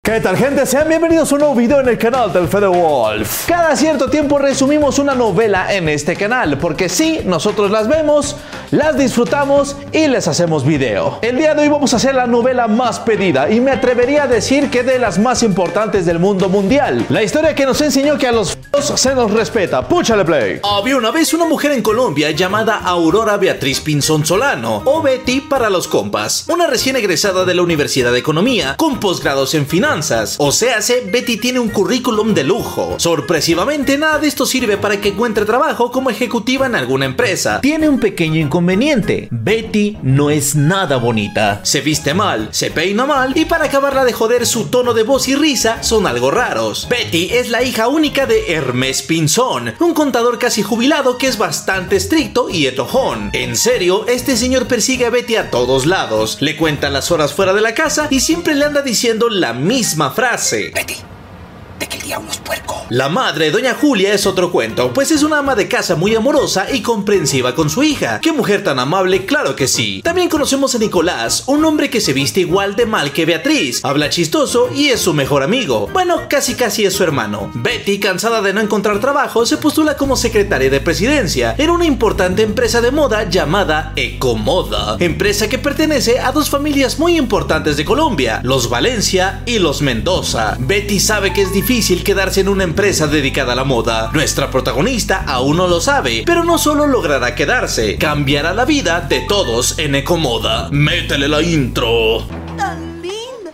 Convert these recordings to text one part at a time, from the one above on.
¿Qué tal, gente? Sean bienvenidos a un nuevo video en el canal del Fede Wolf. Cada cierto tiempo resumimos una novela en este canal, porque sí, nosotros las vemos, las disfrutamos y les hacemos video. El día de hoy vamos a hacer la novela más pedida y me atrevería a decir que de las más importantes del mundo mundial. La historia que nos enseñó que a los feos se nos respeta. ¡Púchale play! Había una vez una mujer en Colombia llamada Aurora Beatriz Pinzón Solano, o Betty para los compas. Una recién egresada de la Universidad de Economía, con posgrados en finanzas. O sea, Betty tiene un currículum de lujo. Sorpresivamente, nada de esto sirve para que encuentre trabajo como ejecutiva en alguna empresa. Tiene un pequeño inconveniente. Betty no es nada bonita. Se viste mal, se peina mal y para acabarla de joder su tono de voz y risa son algo raros. Betty es la hija única de Hermes Pinzón, un contador casi jubilado que es bastante estricto y etojón. En serio, este señor persigue a Betty a todos lados. Le cuenta las horas fuera de la casa y siempre le anda diciendo la misma frase: Betty, de que el diablo es puerco. La madre, doña Julia, es otro cuento, pues es una ama de casa muy amorosa y comprensiva con su hija. ¡Qué mujer tan amable! ¡Claro que sí! También conocemos a Nicolás, un hombre que se viste igual de mal que Beatriz, habla chistoso y es su mejor amigo. Bueno, casi es su hermano. Betty, cansada de no encontrar trabajo, se postula como secretaria de presidencia en una importante empresa de moda llamada Ecomoda, empresa que pertenece a dos familias muy importantes de Colombia, los Valencia y los Mendoza. Betty sabe que es difícil quedarse en una empresa dedicada a la moda. Nuestra protagonista aún no lo sabe, pero no solo logrará quedarse, cambiará la vida de todos en Ecomoda. ¡Métele la intro! ¡Tan linda!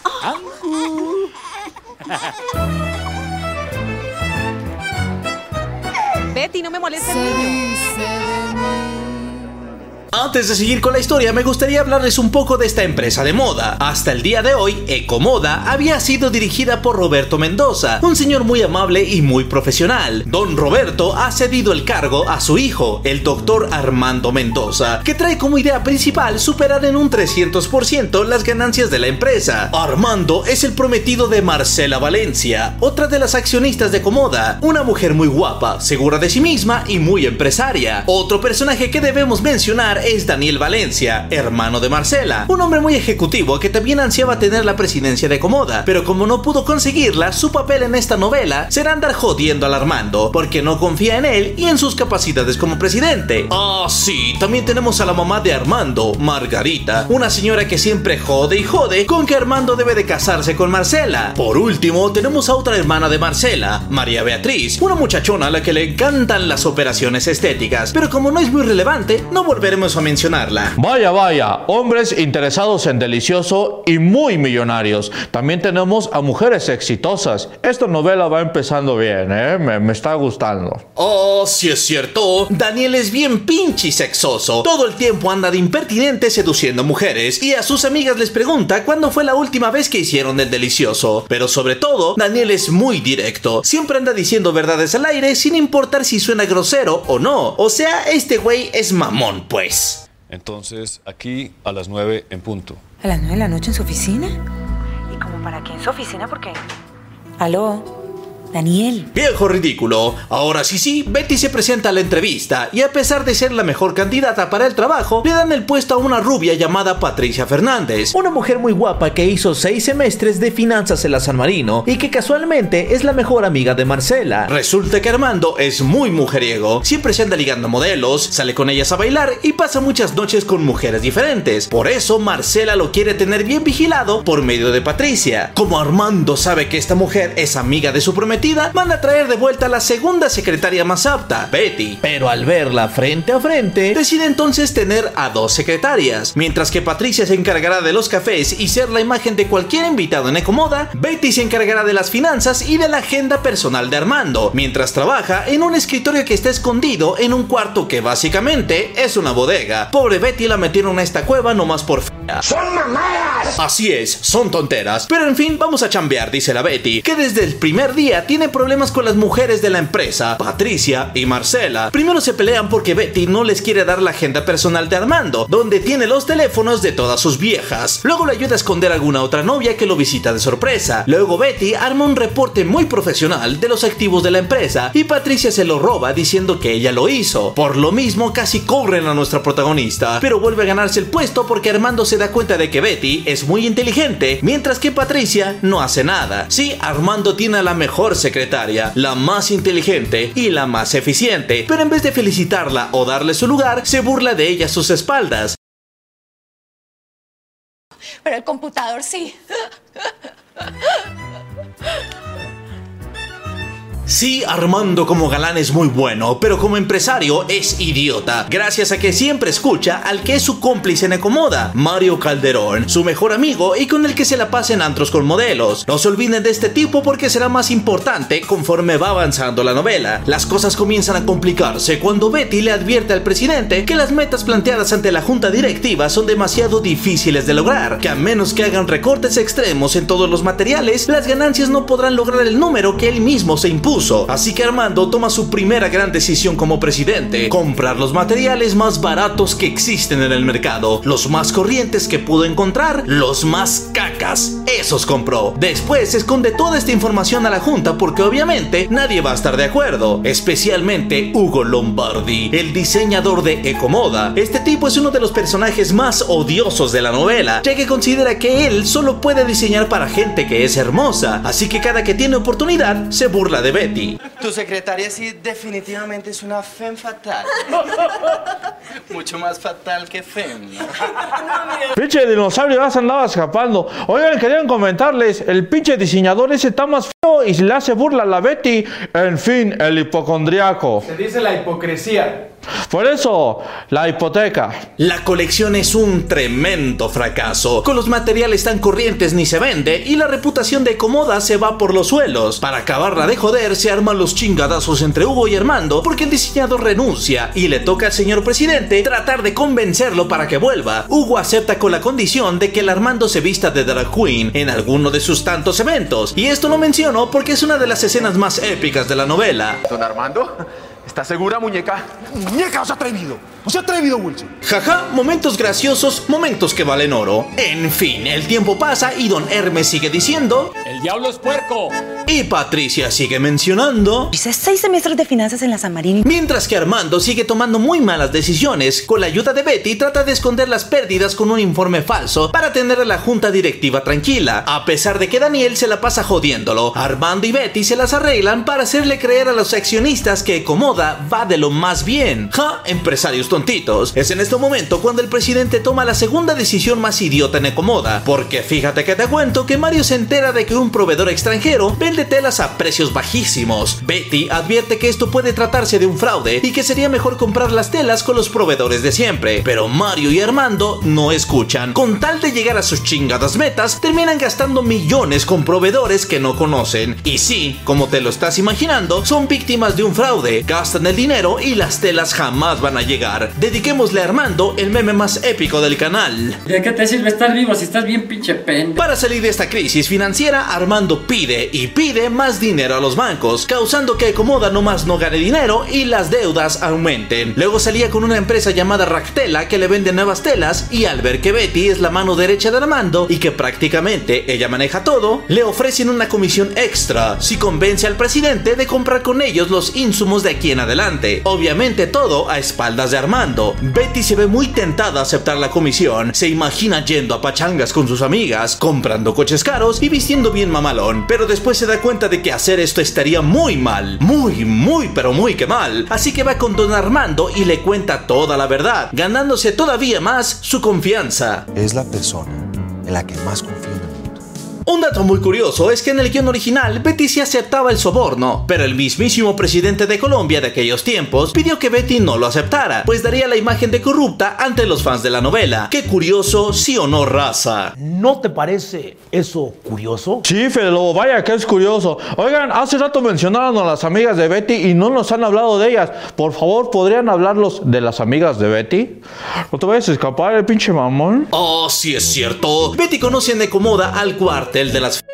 Betty, no me molestes, niño. Antes de seguir con la historia, me gustaría hablarles un poco de esta empresa de moda. Hasta el día de hoy, Ecomoda había sido dirigida por Roberto Mendoza, un señor muy amable y muy profesional. Don Roberto ha cedido el cargo a su hijo, el doctor Armando Mendoza, que trae como idea principal superar en un 300% las ganancias de la empresa. Armando es el prometido de Marcela Valencia, otra de las accionistas de Ecomoda, una mujer muy guapa, segura de sí misma y muy empresaria. Otro personaje que debemos mencionar es Daniel Valencia, hermano de Marcela, un hombre muy ejecutivo que también ansiaba tener la presidencia de Ecomoda, pero como no pudo conseguirla, su papel en esta novela será andar jodiendo al Armando, porque no confía en él y en sus capacidades como presidente. Ah, sí, también tenemos a la mamá de Armando, Margarita, una señora que siempre jode y jode con que Armando debe de casarse con Marcela. Por último, tenemos a otra hermana de Marcela, María Beatriz, una muchachona a la que le encantan las operaciones estéticas, pero como no es muy relevante, no volveremos a mencionarla. Vaya, hombres interesados en delicioso y muy millonarios. También tenemos a mujeres exitosas. Esta novela va empezando bien, me está gustando. Oh, sí es cierto. Daniel es bien pinche y sexoso. Todo el tiempo anda de impertinente seduciendo mujeres y a sus amigas les pregunta cuándo fue la última vez que hicieron el delicioso. Pero sobre todo, Daniel es muy directo. Siempre anda diciendo verdades al aire sin importar si suena grosero o no. O sea, este güey es mamón, pues. Entonces, aquí a las 9 en punto. ¿A las 9 de la noche en su oficina? ¿Y como para qué en su oficina? Porque... ¿Aló? Daniel. Viejo ridículo. Ahora sí, Betty se presenta a la entrevista y a pesar de ser la mejor candidata para el trabajo, le dan el puesto a una rubia llamada Patricia Fernández, una mujer muy guapa que hizo 6 semestres de finanzas en la San Marino y que casualmente es la mejor amiga de Marcela. Resulta que Armando es muy mujeriego, siempre se anda ligando modelos, sale con ellas a bailar y pasa muchas noches con mujeres diferentes. Por eso Marcela lo quiere tener bien vigilado por medio de Patricia. Como Armando sabe que esta mujer es amiga de su prometida, van a traer de vuelta a la segunda secretaria más apta, Betty. Pero al verla frente a frente, decide entonces tener a 2 secretarias. Mientras que Patricia se encargará de los cafés y ser la imagen de cualquier invitado en Ecomoda, Betty se encargará de las finanzas y de la agenda personal de Armando, mientras trabaja en un escritorio que está escondido en un cuarto que básicamente es una bodega. Pobre Betty la metieron a esta cueva nomás por fea. ¡Son mamadas! Así es, son tonteras. Pero en fin, vamos a chambear, dice la Betty, que desde el primer día tiene problemas con las mujeres de la empresa, Patricia y Marcela. Primero se pelean porque Betty no les quiere dar la agenda personal de Armando, donde tiene los teléfonos de todas sus viejas. Luego le ayuda a esconder a alguna otra novia que lo visita de sorpresa. Luego Betty arma un reporte muy profesional de los activos de la empresa y Patricia se lo roba diciendo que ella lo hizo. Por lo mismo casi corren a nuestra protagonista, pero vuelve a ganarse el puesto porque Armando se da cuenta de que Betty es muy inteligente, mientras que Patricia no hace nada. Sí, Armando tiene a la mejor secretaria, la más inteligente y la más eficiente, pero en vez de felicitarla o darle su lugar, se burla de ella a sus espaldas. Pero el computador sí. Sí, Armando como galán es muy bueno, pero como empresario es idiota, gracias a que siempre escucha al que es su cómplice en Ecomoda, Mario Calderón, su mejor amigo y con el que se la pasa en antros con modelos. No se olviden de este tipo porque será más importante conforme va avanzando la novela. Las cosas comienzan a complicarse cuando Betty le advierte al presidente que las metas planteadas ante la junta directiva son demasiado difíciles de lograr, que a menos que hagan recortes extremos en todos los materiales, las ganancias no podrán lograr el número que él mismo se impuso. Así que Armando toma su primera gran decisión como presidente: comprar los materiales más baratos que existen en el mercado, los más corrientes que pudo encontrar, los más cacas. Esos compró. Después esconde toda esta información a la junta porque obviamente nadie va a estar de acuerdo, especialmente Ugo Lombardi, el diseñador de Ecomoda. Este tipo es uno de los personajes más odiosos de la novela, ya que considera que él solo puede diseñar para gente que es hermosa, así que cada que tiene oportunidad se burla de Betty. Tu secretaria sí definitivamente es una femme fatal. Mucho más fatal que femme, ¿no? Pinche dinosaurio ya se andaba escapando. Oigan, querían comentarles, el pinche diseñador ese está más feo y le hace burla a la Betty. En fin, el hipocondriaco. Se dice la hipocresía. Por eso, la hipoteca. La colección es un tremendo fracaso. Con los materiales tan corrientes ni se vende y la reputación de Ecomoda se va por los suelos. Para acabarla de joder, se arman los chingadazos entre Hugo y Armando porque el diseñador renuncia y le toca al señor presidente tratar de convencerlo para que vuelva. Hugo acepta con la condición de que el Armando se vista de drag queen en alguno de sus tantos eventos. Y esto no menciono porque es una de las escenas más épicas de la novela. Don Armando, ¿estás segura, muñeca? ¡Muñeca, os ha atrevido! ¡Os ha atrevido, Wilson! Jaja, momentos graciosos, momentos que valen oro. En fin, el tiempo pasa y don Hermes sigue diciendo: ¡El diablo es puerco! Y Patricia sigue mencionando: Hice 6 semestres de finanzas en la San Marino. Mientras que Armando sigue tomando muy malas decisiones. Con la ayuda de Betty trata de esconder las pérdidas con un informe falso para tener a la junta directiva tranquila, a pesar de que Daniel se la pasa jodiéndolo. Armando y Betty se las arreglan para hacerle creer a los accionistas que Ecomoda va de lo más bien. Ja, empresarios tontitos. Es en este momento cuando el presidente toma la segunda decisión más idiota en Ecomoda, porque fíjate que te cuento que Mario se entera de que un proveedor extranjero vende telas a precios bajísimos. Betty advierte que esto puede tratarse de un fraude y que sería mejor comprar las telas con los proveedores de siempre, pero Mario y Armando no escuchan. Con tal de llegar a sus chingadas metas, terminan gastando millones con proveedores que no conocen. Y sí, como te lo estás imaginando, son víctimas de un fraude, gastan el dinero y las telas jamás van a llegar. Dediquémosle a Armando el meme más épico del canal. ¿De qué te sirve estar vivo si estás bien pinche pendejo? Para salir de esta crisis financiera, Armando pide y pide más dinero a los bancos, causando que Ecomoda nomás no gane dinero y las deudas aumenten. Luego salía con una empresa llamada Ractela que le vende nuevas telas, y al ver que Betty es la mano derecha de Armando y que prácticamente ella maneja todo, le ofrecen una comisión extra si convence al presidente de comprar con ellos los insumos de aquí en adelante. Obviamente todo a espaldas de Armando. Betty se ve muy tentada a aceptar la comisión. Se imagina yendo a pachangas con sus amigas, comprando coches caros y vistiendo bien mamalón, pero después se da cuenta de que hacer esto estaría muy mal, pero muy que mal. Así que va con don Armando y le cuenta toda la verdad, ganándose todavía más su confianza. Es la persona en la que más confío en el mundo. Un dato muy curioso es que en el guión original Betty sí aceptaba el soborno, pero el mismísimo presidente de Colombia de aquellos tiempos pidió que Betty no lo aceptara, pues daría la imagen de corrupta ante los fans de la novela. Qué curioso, sí o no, raza. ¿No te parece eso curioso? Sí, Fede Lobo, vaya que es curioso. Oigan, hace rato mencionaron a las amigas de Betty y no nos han hablado de ellas. Por favor, ¿podrían hablarlos de las amigas de Betty? ¿No te vayas a escapar el pinche mamón? Oh, sí es cierto. Betty conoce en Ecomoda al cuartel de las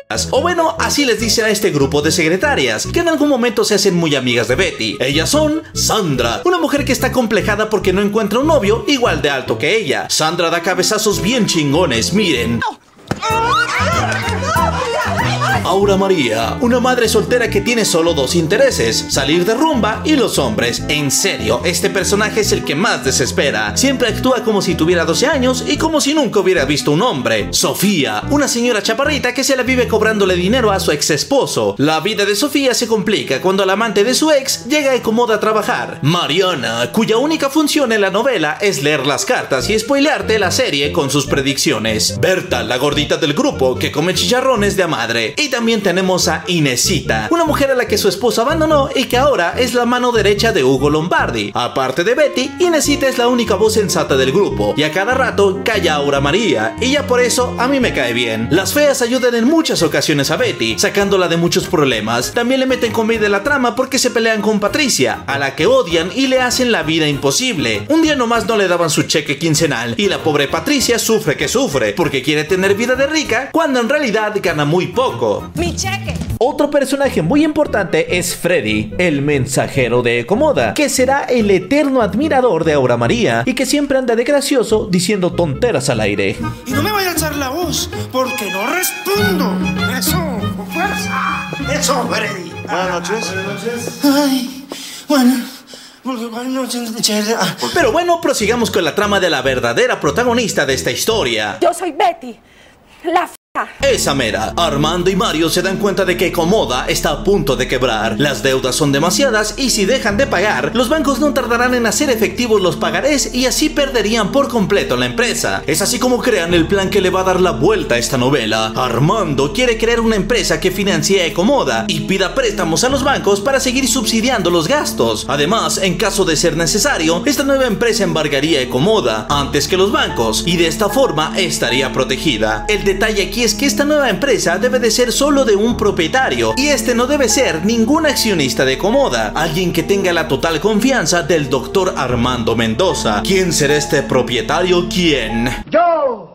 O bueno, así les dice a este grupo de secretarias, que en algún momento se hacen muy amigas de Betty. Ellas son Sandra, una mujer que está complejada porque no encuentra un novio igual de alto que ella. Sandra da cabezazos bien chingones, miren. Aura María, una madre soltera que tiene solo dos intereses: salir de rumba y los hombres. En serio, este personaje es el que más desespera. Siempre actúa como si tuviera 12 años y como si nunca hubiera visto un hombre. Sofía, una señora chaparrita que se la vive cobrándole dinero a su ex esposo. La vida de Sofía se complica cuando el amante de su ex llega a Ecomoda a trabajar. Mariana, cuya única función en la novela es leer las cartas y spoilearte la serie con sus predicciones. Berta, la gordita del grupo que come chicharrones de a madre. Y también tenemos a Inesita, una mujer a la que su esposo abandonó y que ahora es la mano derecha de Hugo Lombardi. Aparte de Betty, Inesita es la única voz sensata del grupo y a cada rato calla a Aura María, y ya por eso a mí me cae bien. Las feas ayudan en muchas ocasiones a Betty, sacándola de muchos problemas. También le meten comedia en la trama porque se pelean con Patricia, a la que odian y le hacen la vida imposible. Un día nomás no le daban su cheque quincenal y la pobre Patricia sufre que sufre porque quiere tener vida de rica cuando en realidad gana muy poco. Mi cheque. Otro personaje muy importante es Freddy, el mensajero de Ecomoda, que será el eterno admirador de Aura María y que siempre anda de gracioso diciendo tonteras al aire. Y no me vaya a alzar la voz, porque no respondo. Eso, con fuerza. Eso, Freddy. Buenas noches. Buenas noches. Ay, bueno. Pero bueno, prosigamos con la trama de la verdadera protagonista de esta historia. Yo soy Betty, la Esa mera. Armando y Mario se dan cuenta de que Ecomoda está a punto de quebrar. Las deudas son demasiadas y si dejan de pagar, los bancos no tardarán en hacer efectivos los pagarés y así perderían por completo la empresa. Es así como crean el plan que le va a dar la vuelta a esta novela. Armando quiere crear una empresa que financie a Ecomoda y pida préstamos a los bancos para seguir subsidiando los gastos. Además, en caso de ser necesario, esta nueva empresa embargaría a Ecomoda antes que los bancos y de esta forma estaría protegida. El detalle aquí es que esta nueva empresa debe de ser solo de un propietario y este no debe ser ningún accionista de Ecomoda, alguien que tenga la total confianza del doctor Armando Mendoza. ¿Quién será este propietario? ¿Quién? ¡Yo!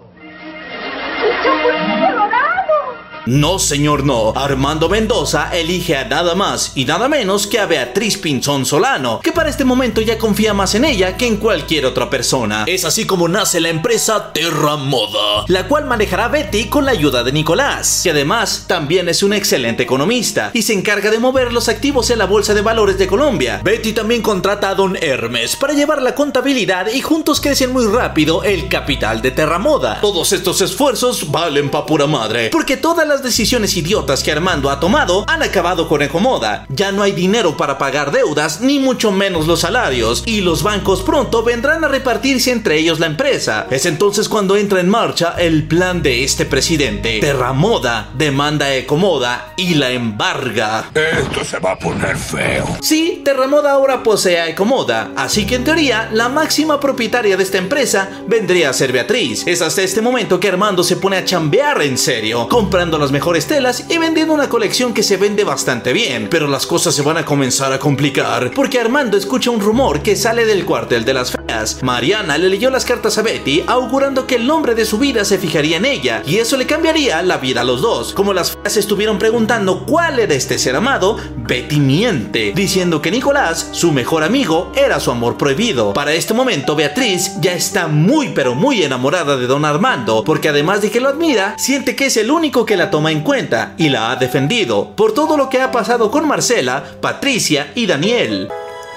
No, señor, no. Armando Mendoza elige a nada más y nada menos que a Beatriz Pinzón Solano, que para este momento ya confía más en ella que en cualquier otra persona. Es así como nace la empresa Terra Moda, la cual manejará Betty con la ayuda de Nicolás, que además también es un excelente economista y se encarga de mover los activos en la Bolsa de Valores de Colombia. Betty también contrata a Don Hermes para llevar la contabilidad y juntos crecen muy rápido el capital de Terra Moda. Todos estos esfuerzos valen pa' pura madre, porque todas las decisiones idiotas que Armando ha tomado han acabado con Ecomoda. Ya no hay dinero para pagar deudas, ni mucho menos los salarios, y los bancos pronto vendrán a repartirse entre ellos la empresa. Es entonces cuando entra en marcha el plan de este presidente. Terra Moda demanda a Ecomoda y la embarga. Esto se va a poner feo. Sí, Terra Moda ahora posee a Ecomoda, así que en teoría la máxima propietaria de esta empresa vendría a ser Beatriz. Es hasta este momento que Armando se pone a chambear en serio, comprando las mejores telas y vendiendo una colección que se vende bastante bien. Pero las cosas se van a comenzar a complicar porque Armando escucha un rumor que sale del cuartel de las feas. Mariana le leyó las cartas a Betty augurando que el nombre de su vida se fijaría en ella y eso le cambiaría la vida a los dos. Como las feas estuvieron preguntando cuál era este ser amado, Betty miente diciendo que Nicolás, su mejor amigo, era su amor prohibido. Para este momento Beatriz ya está muy pero muy enamorada de don Armando porque además de que lo admira, siente que es el único que la toma en cuenta y la ha defendido por todo lo que ha pasado con Marcela, Patricia y Daniel.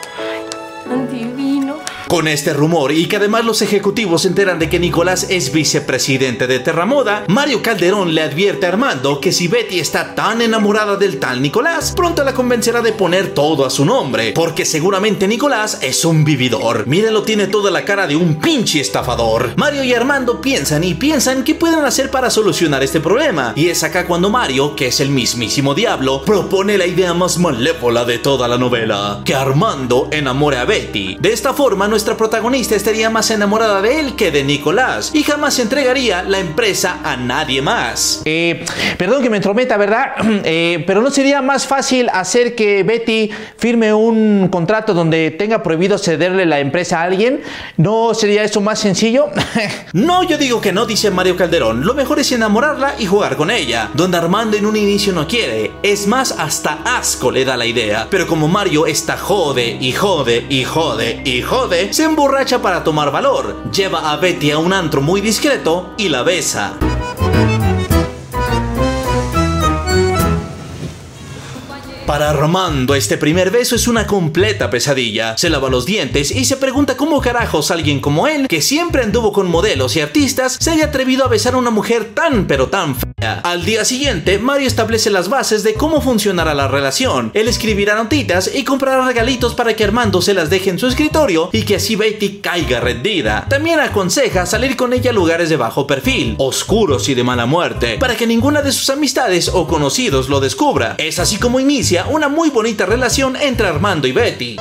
Divino. Con este rumor y que además los ejecutivos se enteran de que Nicolás es vicepresidente de Terra Moda, Mario Calderón le advierte a Armando que si Betty está tan enamorada del tal Nicolás, pronto la convencerá de poner todo a su nombre, porque seguramente Nicolás es un vividor. Mírenlo, tiene toda la cara de un pinche estafador. Mario y Armando piensan y piensan qué pueden hacer para solucionar este problema, y es acá cuando Mario, que es el mismísimo diablo, propone la idea más malévola de toda la novela: que Armando enamore a Betty. De esta forma nuestra nuestra protagonista estaría más enamorada de él que de Nicolás y jamás entregaría la empresa a nadie más. Perdón que me entrometa, ¿verdad? Pero ¿no sería más fácil hacer que Betty firme un contrato donde tenga prohibido cederle la empresa a alguien? ¿No sería eso más sencillo? No, yo digo que no, dice Mario Calderón. Lo mejor es enamorarla y jugar con ella. Don Armando en un inicio no quiere. Es más, hasta asco le da la idea. Pero como Mario está jode y jode y jode y jode, se emborracha para tomar valor. Lleva a Betty a un antro muy discreto y la besa. Para Armando, este primer beso es una completa pesadilla. Se lava los dientes y se pregunta cómo carajos alguien como él, que siempre anduvo con modelos y artistas, se haya atrevido a besar a una mujer tan pero tan fea. Al día siguiente, Mario establece las bases de cómo funcionará la relación. Él escribirá notitas y comprará regalitos para que Armando se las deje en su escritorio y que así Betty caiga rendida. También aconseja salir con ella a lugares de bajo perfil, oscuros y de mala muerte, para que ninguna de sus amistades o conocidos lo descubra. Es así como inicia una muy bonita relación entre Armando y Betty.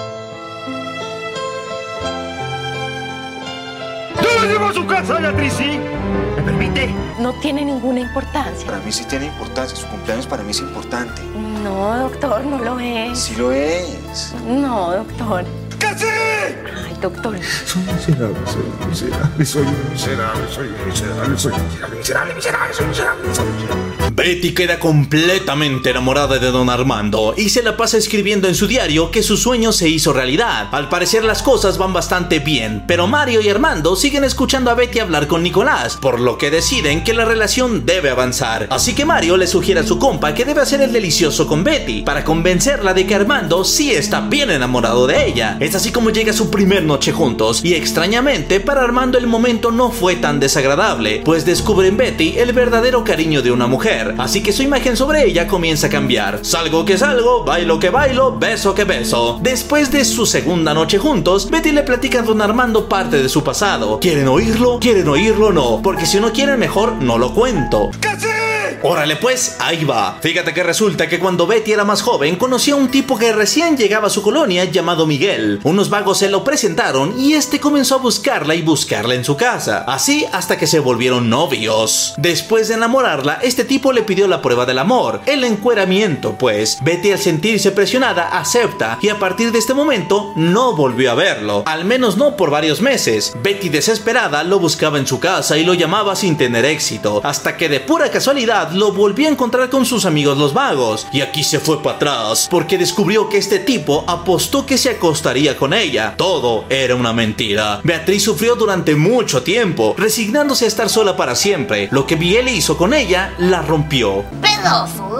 ¡Yo lo llevo a su casa, Beatriz! ¿Sí? ¿Me permite? No tiene ninguna importancia. Para mí sí tiene importancia. Su cumpleaños para mí es importante. No, doctor, no lo es. Sí lo es. No, doctor. ¿Qué sí? Ay, doctor. Soy miserable, soy miserable, soy miserable, soy miserable, soy miserable, miserable, miserable, soy miserable, soy miserable. Betty queda completamente enamorada de don Armando y se la pasa escribiendo en su diario que su sueño se hizo realidad. Al parecer las cosas van bastante bien, pero Mario y Armando siguen escuchando a Betty hablar con Nicolás, por lo que deciden que la relación debe avanzar. Así que Mario le sugiere a su compa que debe hacer el delicioso con Betty, para convencerla de que Armando sí está bien enamorado de ella. Es así como llega su primer noche juntos, y extrañamente para Armando el momento no fue tan desagradable, pues descubre en Betty el verdadero cariño de una mujer. Así que su imagen sobre ella comienza a cambiar. Salgo que salgo, bailo que bailo, beso que beso. Después de su segunda noche juntos, Betty le platica a don Armando parte de su pasado. ¿Quieren oírlo? ¿Quieren oírlo? No, porque si no quieren mejor no lo cuento. ¿Qué sí? Órale pues, ahí va. Fíjate que resulta que cuando Betty era más joven conoció a un tipo que recién llegaba a su colonia llamado Miguel. Unos vagos se lo presentaron y este comenzó a buscarla y buscarla en su casa. Así hasta que se volvieron novios. Después de enamorarla, este tipo le pidió la prueba del amor, el encueramiento pues. Betty al sentirse presionada acepta y a partir de este momento no volvió a verlo. Al menos no por varios meses. Betty desesperada lo buscaba en su casa y lo llamaba sin tener éxito. Hasta que de pura casualidad lo volvió a encontrar con sus amigos los vagos. Y aquí se fue para atrás, porque descubrió que este tipo apostó que se acostaría con ella. Todo era una mentira. Beatriz sufrió durante mucho tiempo, resignándose a estar sola para siempre. Lo que Miguel hizo con ella la rompió. ¡Pedazo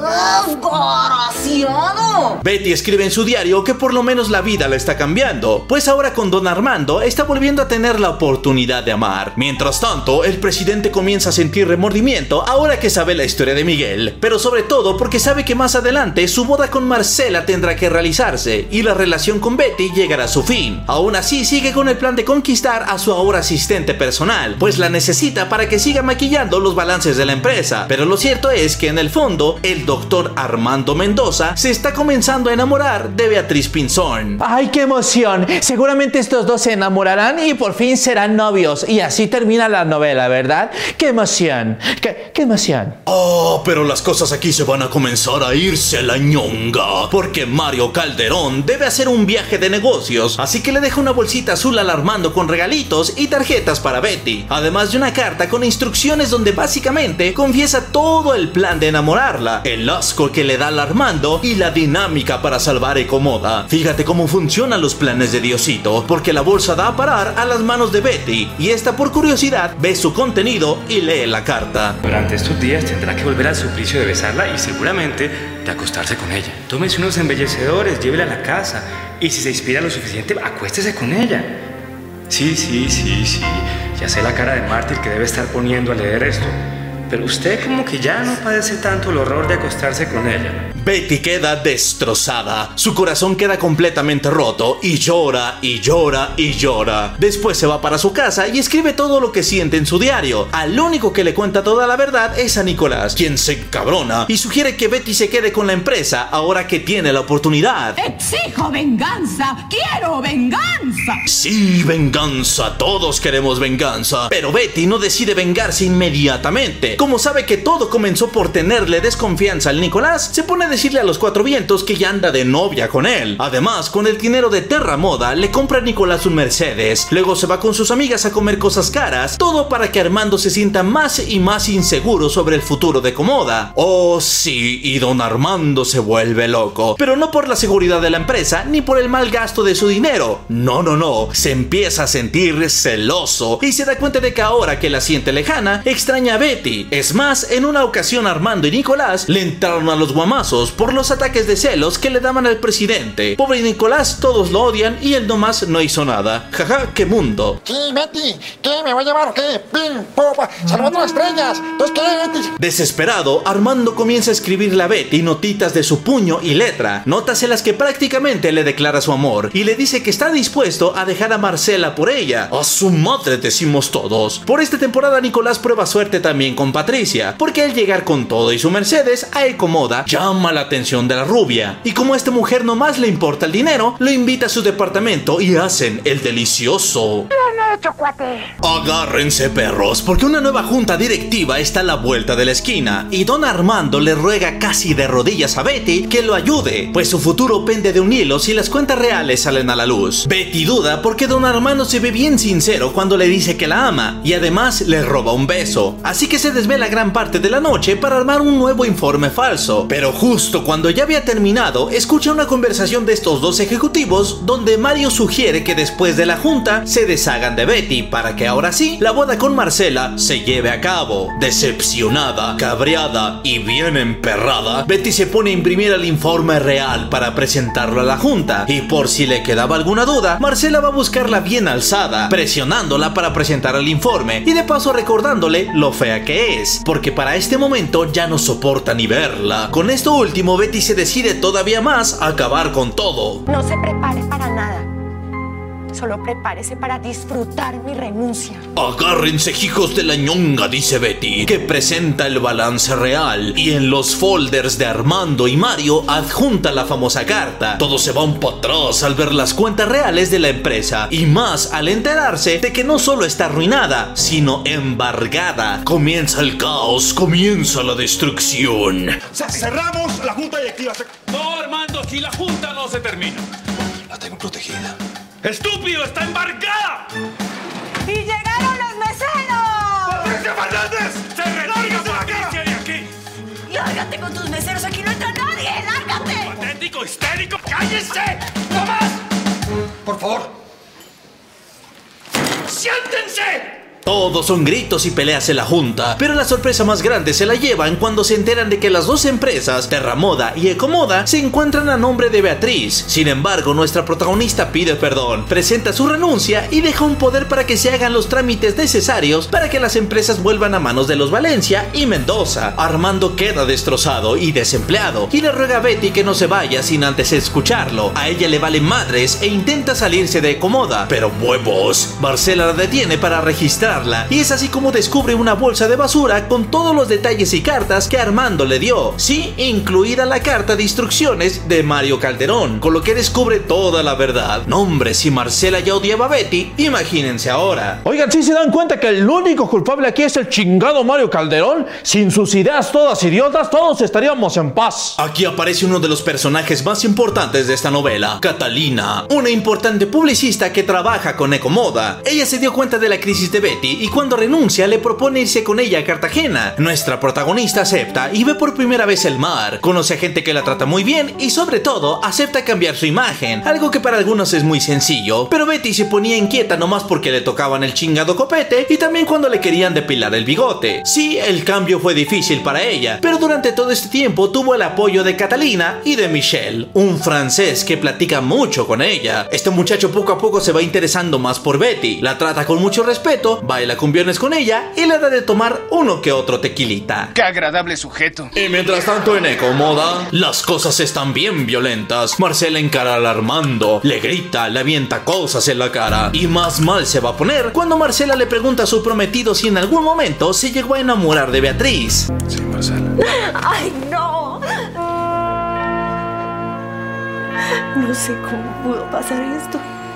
desgraciado! Betty escribe en su diario que por lo menos la vida la está cambiando, pues ahora con don Armando está volviendo a tener la oportunidad de amar. Mientras tanto, el presidente comienza a sentir remordimiento ahora que sabe la historia de Miguel, pero sobre todo porque sabe que más adelante su boda con Marcela tendrá que realizarse y la relación con Betty llegará a su fin. Aún así sigue con el plan de conquistar a su ahora asistente personal, pues la necesita para que siga maquillando los balances de la empresa. Pero lo cierto es que en el fondo el doctor Armando Mendoza se está comenzando a enamorar de Beatriz Pinzón. ¡Ay, qué emoción! Seguramente estos dos se enamorarán y por fin serán novios. Y así termina la novela, ¿verdad? ¡Qué emoción! ¡Qué emoción! Oh, pero las cosas aquí se van a comenzar a irse a la ñonga, porque Mario Calderón debe hacer un viaje de negocios, así que le deja una bolsita azul al Armando con regalitos y tarjetas para Betty, además de una carta con instrucciones donde básicamente confiesa todo el plan de enamorarla, el asco que le da al Armando y la dinámica para salvar Ecomoda. Fíjate cómo funcionan los planes de Diosito, porque la bolsa da a parar a las manos de Betty y esta por curiosidad ve su contenido y lee la carta. Durante estos días tendrá que volver al suplicio de besarla y seguramente de acostarse con ella. Tómese unos embellecedores, llévela a la casa y si se inspira lo suficiente, acuéstese con ella. Sí, ya sé la cara de mártir que debe estar poniendo al leer esto, pero usted como que ya no padece tanto el horror de acostarse con ella. Betty queda destrozada, su corazón queda completamente roto y llora y llora y llora. Después se va para su casa y escribe todo lo que siente en su diario. Al único que le cuenta toda la verdad es a Nicolás, quien se encabrona y sugiere que Betty se quede con la empresa ahora que tiene la oportunidad. ¡Exijo venganza! ¡Quiero venganza! Sí, venganza, todos queremos venganza. Pero Betty no decide vengarse inmediatamente. Como sabe que todo comenzó por tenerle desconfianza al Nicolás, se pone a decirle a los cuatro vientos que ya anda de novia con él. Además, con el dinero de Terra Moda, le compra a Nicolás un Mercedes. Luego se va con sus amigas a comer cosas caras, todo para que Armando se sienta más y más inseguro sobre el futuro de Comoda. Oh sí, y don Armando se vuelve loco, pero no por la seguridad de la empresa ni por el mal gasto de su dinero. No, se empieza a sentir celoso y se da cuenta de que ahora que la siente lejana, extraña a Betty. Es más, en una ocasión Armando y Nicolás le entraron a los guamazos por los ataques de celos que le daban al presidente. Pobre Nicolás, todos lo odian y él nomás no hizo nada. Jaja, qué mundo. Sí, Betty, ¿qué? ¿Me voy a llevar o qué? ¡Pim! ¡Popa! ¡Salvó las estrellas! ¿Entonces qué, Betty? Desesperado, Armando comienza a escribirle a Betty notitas de su puño y letra, notas en las que prácticamente le declara su amor y le dice que está dispuesto a dejar a Marcela por ella. A su madre, decimos todos. Por esta temporada Nicolás prueba suerte también con Patricia, porque al llegar con todo y su Mercedes a Ecomoda llama la atención de la rubia, y como a esta mujer nomás le importa el dinero, lo invita a su departamento y hacen el delicioso. Bien hecho, cuate. Agárrense, perros, porque una nueva junta directiva está a la vuelta de la esquina y don Armando le ruega casi de rodillas a Betty que lo ayude, pues su futuro pende de un hilo si las cuentas reales salen a la luz. Betty duda porque don Armando se ve bien sincero cuando le dice que la ama y además le roba un beso, así que se desvela gran parte de la noche para armar un nuevo informe falso. Pero justo cuando ya había terminado, escucha una conversación de estos dos ejecutivos donde Mario sugiere que después de la junta se deshagan de Betty para que ahora sí la boda con Marcela se lleve a cabo. Decepcionada, cabreada y bien emperrada, Betty se pone a imprimir el informe real para presentarlo a la junta, y por si le quedaba alguna duda, Marcela va a buscarla bien alzada, presionándola para presentar el informe y de paso recordándole lo fea que es, porque para este momento ya no soporta ni verla. Con esto último, Betty se decide todavía más a acabar con todo. No se prepare para nada. Solo prepárese para disfrutar mi renuncia. Agárrense, hijos de la ñonga, dice Betty, que presenta el balance real y en los folders de Armando y Mario adjunta la famosa carta. Todos se van para atrás al ver las cuentas reales de la empresa y más al enterarse de que no solo está arruinada, sino embargada. Comienza el caos, comienza la destrucción. Cerramos la junta directiva. No, Armando, aquí la junta no se termina. La tengo protegida. ¡Estúpido! ¡Está embarcada! ¡Y llegaron los meseros! ¡Patricia Fernández! ¡Se retira, Patricia, de aquí! ¡Lárgate con tus meseros! ¡Aquí no entra nadie! ¡Lárgate! ¡Patético, histérico! ¡Cállense! ¡No más! Por favor. ¡Siéntense! Todos son gritos y peleas en la junta, pero la sorpresa más grande se la llevan cuando se enteran de que las dos empresas, Terra Moda y Ecomoda, se encuentran a nombre de Beatriz. Sin embargo, nuestra protagonista pide perdón, presenta su renuncia y deja un poder para que se hagan los trámites necesarios para que las empresas vuelvan a manos de los Valencia y Mendoza. Armando queda destrozado y desempleado y le ruega a Betty que no se vaya sin antes escucharlo. A ella le valen madres e intenta salirse de Ecomoda, pero huevos, Marcela la detiene para registrar y es así como descubre una bolsa de basura con todos los detalles y cartas que Armando le dio, sí, incluida la carta de instrucciones de Mario Calderón, con lo que descubre toda la verdad. No, hombre, si Marcela ya odiaba a Betty, imagínense ahora. Oigan, ¿sí se dan cuenta que el único culpable aquí es el chingado Mario Calderón? Sin sus ideas todas idiotas, todos estaríamos en paz. Aquí aparece uno de los personajes más importantes de esta novela, Catalina, una importante publicista que trabaja con Ecomoda. Ella se dio cuenta de la crisis de Betty y cuando renuncia le propone irse con ella a Cartagena. Nuestra protagonista acepta y ve por primera vez el mar, conoce a gente que la trata muy bien y sobre todo acepta cambiar su imagen, algo que para algunos es muy sencillo, pero Betty se ponía inquieta nomás porque le tocaban el chingado copete y también cuando le querían depilar el bigote. Sí, el cambio fue difícil para ella, pero durante todo este tiempo tuvo el apoyo de Catalina y de Michel, un francés que platica mucho con ella. Este muchacho poco a poco se va interesando más por Betty, la trata con mucho respeto, baila cumbiones con ella y le da de tomar uno que otro tequilita. ¡Qué agradable sujeto! Y mientras tanto en Ecomoda, las cosas están bien violentas. Marcela encara al Armando, le grita, le avienta cosas en la cara. Y más mal se va a poner cuando Marcela le pregunta a su prometido si en algún momento se llegó a enamorar de Beatriz. Sí, Marcela. ¡Ay, no! No sé cómo pudo pasar esto.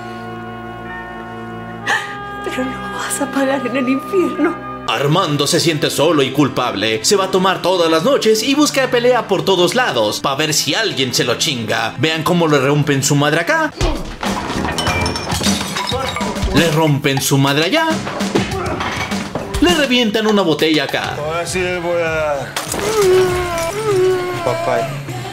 Pero lo vas a pagar en el infierno. Armando se siente solo y culpable. Se va a tomar todas las noches y busca pelea por todos lados para ver si alguien se lo chinga. Vean cómo le rompen su madre acá. Le rompen su madre allá. Le revientan una botella acá. Ahora sí le voy a dar. Papá.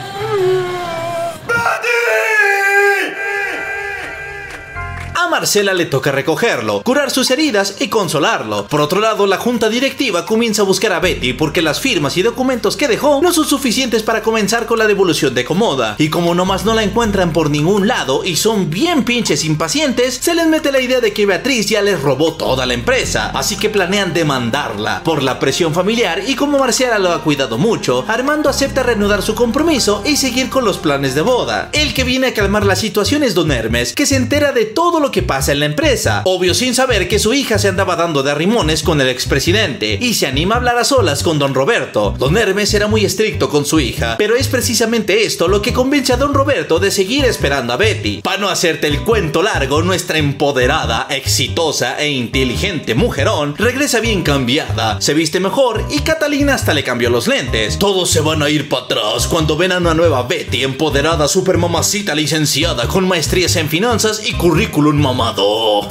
A Marcela le toca recogerlo, curar sus heridas y consolarlo. Por otro lado, la junta directiva comienza a buscar a Betty porque las firmas y documentos que dejó no son suficientes para comenzar con la devolución de Ecomoda. Y como nomás no la encuentran por ningún lado y son bien pinches impacientes, se les mete la idea de que Beatriz ya les robó toda la empresa. Así que planean demandarla. Por la presión familiar y como Marcela lo ha cuidado mucho, Armando acepta reanudar su compromiso y seguir con los planes de boda. El que viene a calmar la situación es Don Hermes, que se entera de todo lo que pasa en la empresa, obvio sin saber que su hija se andaba dando de arrimones con el expresidente, y se anima a hablar a solas con Don Roberto. Don Hermes era muy estricto con su hija, pero es precisamente esto lo que convence a Don Roberto de seguir esperando a Betty. Para no hacerte el cuento largo, nuestra empoderada, exitosa e inteligente mujerón regresa bien cambiada, se viste mejor y Catalina hasta le cambió los lentes. Todos se van a ir para atrás cuando ven a una nueva Betty empoderada, super mamacita licenciada con maestrías en finanzas y currículum mamado.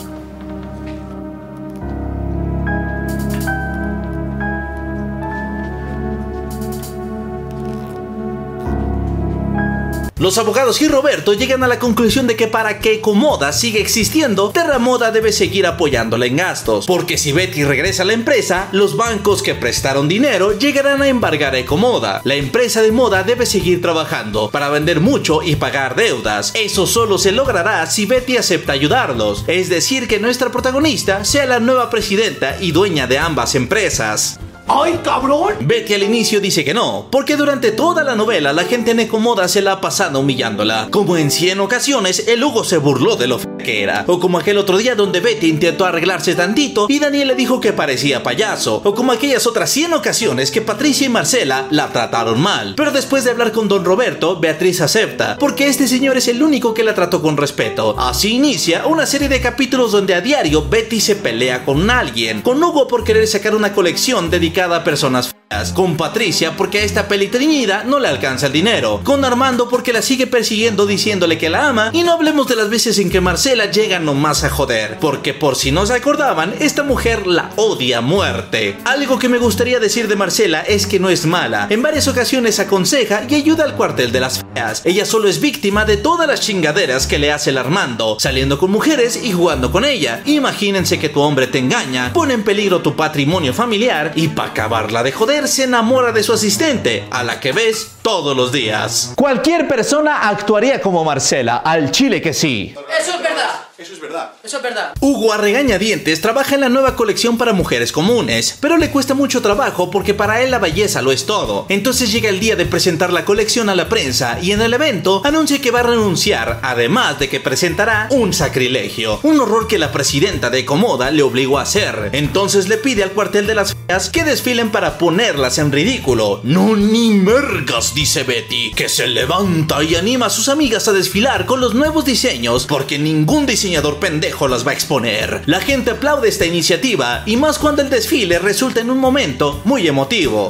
Los abogados y Roberto llegan a la conclusión de que para que Ecomoda siga existiendo, Terramoda debe seguir apoyándola en gastos, porque si Betty regresa a la empresa, los bancos que prestaron dinero llegarán a embargar a Ecomoda. La empresa de moda debe seguir trabajando para vender mucho y pagar deudas. Eso solo se logrará si Betty acepta ayudarlos, es decir, que nuestra protagonista sea la nueva presidenta y dueña de ambas empresas. ¡Ay, cabrón! Betty al inicio dice que no, porque durante toda la novela la gente en Ecomoda se la ha pasado humillándola. Como en 100 ocasiones el Hugo se burló de lo que era, o como aquel otro día donde Betty intentó arreglarse tantito y Daniel le dijo que parecía payaso, o como aquellas otras 100 ocasiones que Patricia y Marcela la trataron mal. Pero después de hablar con Don Roberto, Beatriz acepta, porque este señor es el único que la trató con respeto. Así inicia una serie de capítulos donde a diario Betty se pelea con alguien, con Hugo por querer sacar una colección dedicada a personas feas, con Patricia porque a esta peli teñida no le alcanza el dinero, con Armando porque la sigue persiguiendo diciéndole que la ama, y no hablemos de las veces en que Marcela llega nomás a joder, porque por si no se acordaban, esta mujer la odia a muerte. Algo que me gustaría decir de Marcela es que no es mala, en varias ocasiones aconseja y ayuda al cuartel de las feas. Ella solo es víctima de todas las chingaderas que le hace el Armando, saliendo con mujeres y jugando con ella. Imagínense que tu hombre te engaña, pone en peligro tu patrimonio familiar y para acabarla de joder se enamora de su asistente, a la que ves todos los días. Cualquier persona actuaría como Marcela, al chile que sí. Eso es verdad. Eso es verdad. Eso es verdad. Hugo a regañadientes trabaja en la nueva colección para mujeres comunes, pero le cuesta mucho trabajo porque para él la belleza lo es todo. Entonces llega el día de presentar la colección a la prensa y en el evento anuncia que va a renunciar, además de que presentará un sacrilegio, un horror que la presidenta de Ecomoda le obligó a hacer. Entonces le pide al cuartel de las feas que desfilen para ponerlas en ridículo. No ni mergas, dice Betty, que se levanta y anima a sus amigas a desfilar con los nuevos diseños porque ningún diseñador pendejo las va a exponer. La gente aplaude esta iniciativa y más cuando el desfile resulta en un momento muy emotivo.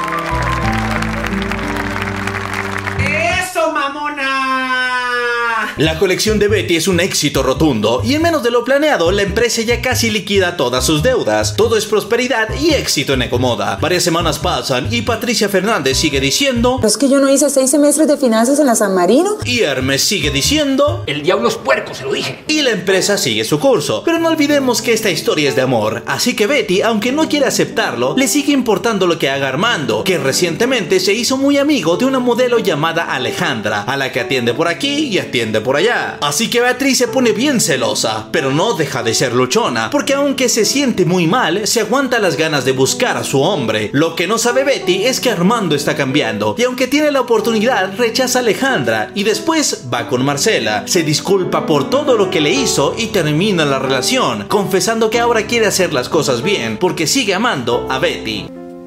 ¡Eso, mamona! La colección de Betty es un éxito rotundo y en menos de lo planeado, la empresa ya casi liquida todas sus deudas. Todo es prosperidad y éxito en Ecomoda. Varias semanas pasan y Patricia Fernández sigue diciendo: ¿Es que yo no hice 6 semestres de finanzas en la San Marino? Y Hermes sigue diciendo: el diablo es puerco, se lo dije. Y la empresa sigue su curso. Pero no olvidemos que esta historia es de amor. Así que Betty, aunque no quiere aceptarlo, le sigue importando lo que haga Armando, que recientemente se hizo muy amigo de una modelo llamada Alejandra, a la que atiende por aquí y atiende por allá. Así que Beatriz se pone bien celosa, pero no deja de ser luchona, porque aunque se siente muy mal, se aguanta las ganas de buscar a su hombre. Lo que no sabe Betty es que Armando está cambiando, y aunque tiene la oportunidad, rechaza a Alejandra y después va con Marcela. Se disculpa por todo lo que le hizo y termina la relación, confesando que ahora quiere hacer las cosas bien, porque sigue amando a Betty.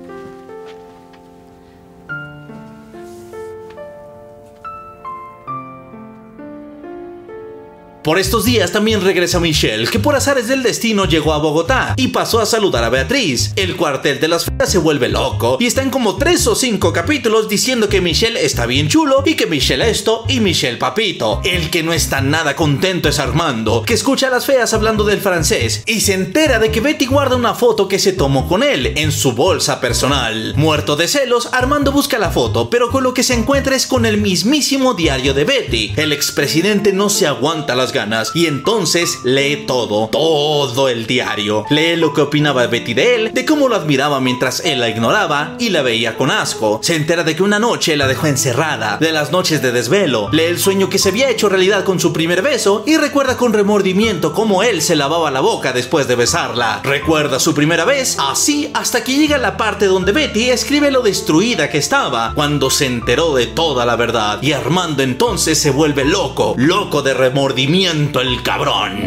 Por estos días también regresa Michelle, que por azares del destino llegó a Bogotá y pasó a saludar a Beatriz. El cuartel de las feas se vuelve loco y están como 3 o 5 capítulos diciendo que Michelle está bien chulo y que Michelle esto y Michelle papito. El que no está nada contento es Armando, que escucha a las feas hablando del francés y se entera de que Betty guarda una foto que se tomó con él en su bolsa personal. Muerto de celos, Armando busca la foto, pero con lo que se encuentra es con el mismísimo diario de Betty. El expresidente no se aguanta las ganas y entonces lee todo el diario. Lee lo que opinaba Betty de él, de cómo lo admiraba mientras él la ignoraba y la veía con asco. Se entera de que una noche la dejó encerrada, de las noches de desvelo. Lee el sueño que se había hecho realidad con su primer beso y recuerda con remordimiento cómo él se lavaba la boca después de besarla. Recuerda su primera vez, así hasta que llega la parte donde Betty escribe lo destruida que estaba cuando se enteró de toda la verdad, y Armando entonces se vuelve loco de remordimiento el cabrón.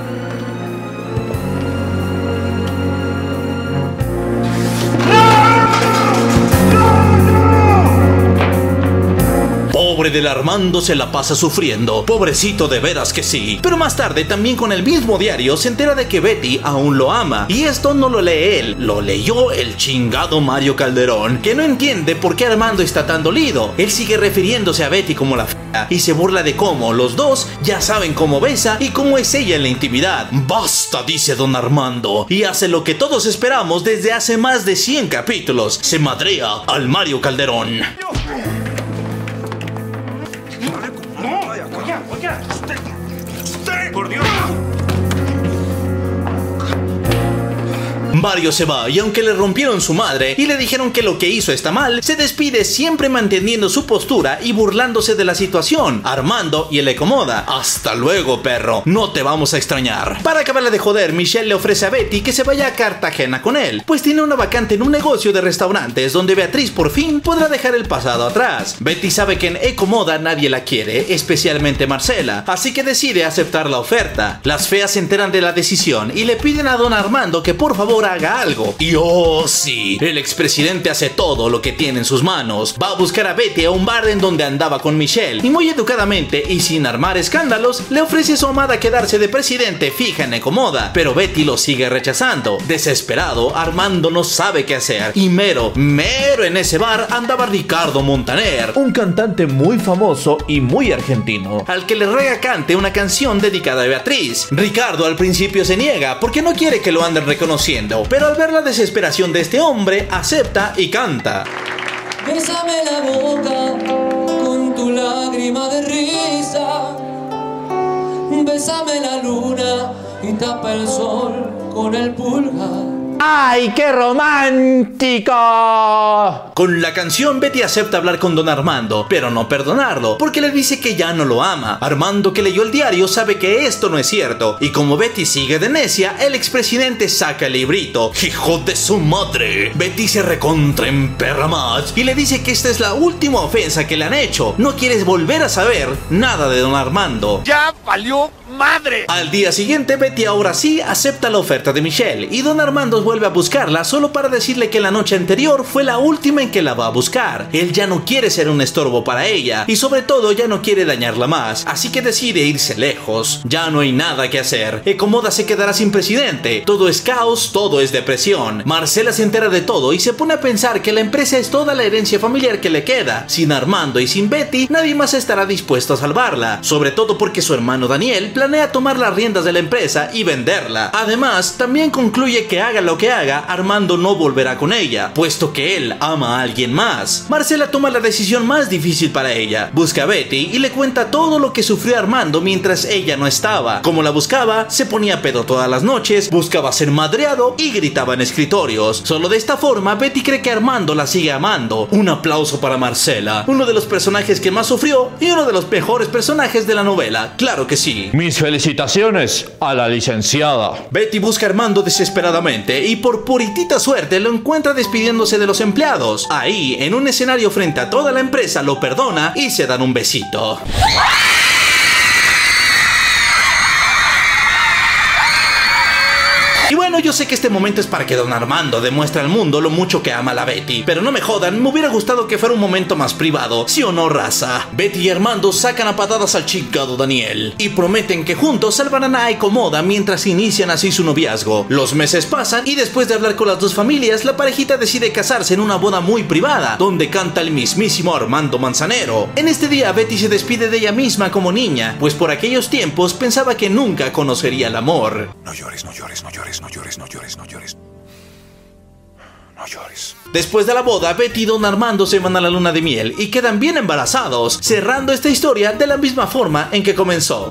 Pobre del Armando se la pasa sufriendo, pobrecito de veras que sí. Pero más tarde, también con el mismo diario, se entera de que Betty aún lo ama. Y esto no lo lee él, lo leyó el chingado Mario Calderón, que no entiende por qué Armando está tan dolido. Él sigue refiriéndose a Betty como la fea y se burla de cómo los dos ya saben cómo besa y cómo es ella en la intimidad. Basta, dice don Armando, y hace lo que todos esperamos desde hace más de 100 capítulos. Se madrea al Mario Calderón. ¡Usted! ¡Por Dios! Mario se va y aunque le rompieron su madre y le dijeron que lo que hizo está mal, se despide siempre manteniendo su postura y burlándose de la situación. Armando y el Ecomoda: hasta luego, perro, no te vamos a extrañar. Para acabarle de joder, Michelle le ofrece a Betty que se vaya a Cartagena con él, pues tiene una vacante en un negocio de restaurantes donde Beatriz por fin podrá dejar el pasado atrás. Betty sabe que en Ecomoda nadie la quiere, especialmente Marcela, así que decide aceptar la oferta. Las feas se enteran de la decisión y le piden a don Armando que por favor haga algo. Y oh sí, el expresidente hace todo lo que tiene en sus manos. Va a buscar a Betty a un bar en donde andaba con Michelle y muy educadamente y sin armar escándalos le ofrece a su amada quedarse de presidente fija en Ecomoda, pero Betty lo sigue rechazando. Desesperado, Armando no sabe qué hacer y mero en ese bar andaba Ricardo Montaner, un cantante muy famoso y muy argentino, al que le ruega cante una canción dedicada a Beatriz. Ricardo al principio se niega porque no quiere que lo anden reconociendo, pero al ver la desesperación de este hombre, acepta y canta. Bésame la boca con tu lágrima de risa. Bésame la luna y tapa el sol con el pulgar. ¡Ay, qué romántico! Con la canción, Betty acepta hablar con don Armando, pero no perdonarlo, porque le dice que ya no lo ama. Armando, que leyó el diario, sabe que esto no es cierto, y como Betty sigue de necia, el expresidente saca el librito. ¡Hijo de su madre! Betty se recontra emperra más y le dice que esta es la última ofensa que le han hecho. No quieres volver a saber nada de don Armando. ¡Ya valió madre! Al día siguiente, Betty ahora sí acepta la oferta de Michelle, y don Armando vuelve a buscarla solo para decirle que la noche anterior fue la última en que la va a buscar. Él ya no quiere ser un estorbo para ella y sobre todo ya no quiere dañarla más, así que decide irse lejos. Ya no hay nada que hacer. Ecomoda se quedará sin presidente. Todo es caos, todo es depresión. Marcela se entera de todo y se pone a pensar que la empresa es toda la herencia familiar que le queda. Sin Armando y sin Betty, nadie más estará dispuesto a salvarla, sobre todo porque su hermano Daniel planea tomar las riendas de la empresa y venderla. Además, también concluye que haga lo que haga, Armando no volverá con ella, puesto que él ama a alguien más. Marcela toma la decisión más difícil para ella. Busca a Betty y le cuenta todo lo que sufrió Armando mientras ella no estaba. Como la buscaba, se ponía pedo todas las noches, buscaba ser madreado y gritaba en escritorios. Solo de esta forma, Betty cree que Armando la sigue amando. Un aplauso para Marcela, uno de los personajes que más sufrió y uno de los mejores personajes de la novela, claro que sí. Mis felicitaciones a la licenciada. Betty busca a Armando desesperadamente y por puritita suerte lo encuentra despidiéndose de los empleados. Ahí, en un escenario frente a toda la empresa, lo perdona y se dan un besito. Y bueno, yo sé que este momento es para que don Armando demuestre al mundo lo mucho que ama a la Betty, pero no me jodan, me hubiera gustado que fuera un momento más privado, ¿sí o no, raza? Betty y Armando sacan a patadas al chingado Daniel y prometen que juntos salvarán a Ecomoda mientras inician así su noviazgo. Los meses pasan y después de hablar con las dos familias, la parejita decide casarse en una boda muy privada, donde canta el mismísimo Armando Manzanero. En este día Betty se despide de ella misma como niña, pues por aquellos tiempos pensaba que nunca conocería el amor. No llores, no llores, no llores, no llores, no llores, no llores. No llores. Después de la boda, Betty y don Armando se van a la luna de miel y quedan bien embarazados, cerrando esta historia de la misma forma en que comenzó.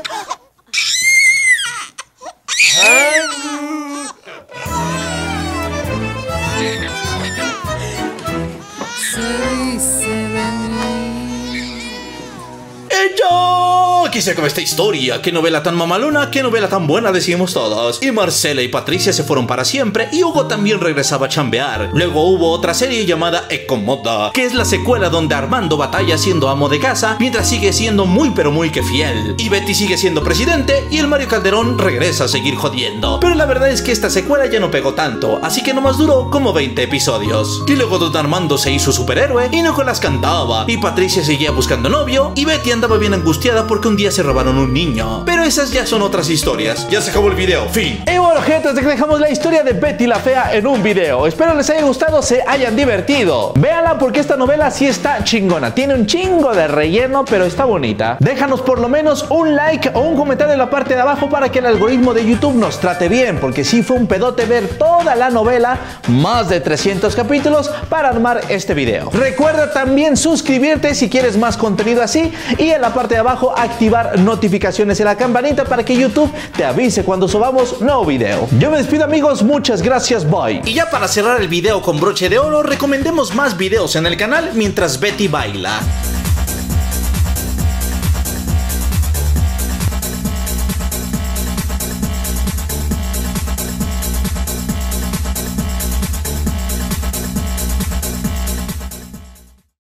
Aquí se acaba esta historia. Qué novela tan mamalona, qué novela tan buena, decimos todos. Y Marcela y Patricia se fueron para siempre y Hugo también regresaba a chambear. Luego hubo otra serie llamada Ecomoda, que es la secuela donde Armando batalla siendo amo de casa mientras sigue siendo muy pero muy que fiel. Y Betty sigue siendo presidente y el Mario Calderón regresa a seguir jodiendo. Pero la verdad es que esta secuela ya no pegó tanto, así que nomás duró como 20 episodios. Y luego don Armando se hizo superhéroe y Nicolás cantaba. Y Patricia seguía buscando novio y Betty andaba bien angustiada porque un día se robaron un niño. Pero esas ya son otras historias. Ya se acabó el video, fin. Y bueno, gente, hasta que dejamos la historia de Betty la Fea en un video. Espero les haya gustado, se hayan divertido. Véanla porque esta novela sí está chingona. Tiene un chingo de relleno, pero está bonita. Déjanos por lo menos un like o un comentario en la parte de abajo para que el algoritmo de YouTube nos trate bien, porque sí fue un pedote ver toda la novela, más de 300 capítulos para armar este video. Recuerda también suscribirte si quieres más contenido así y en la parte de abajo activar notificaciones en la campanita para que YouTube te avise cuando subamos nuevo video. Yo me despido, amigos, muchas gracias, bye. Y ya para cerrar el video con broche de oro, recomendemos más videos en el canal mientras Betty baila.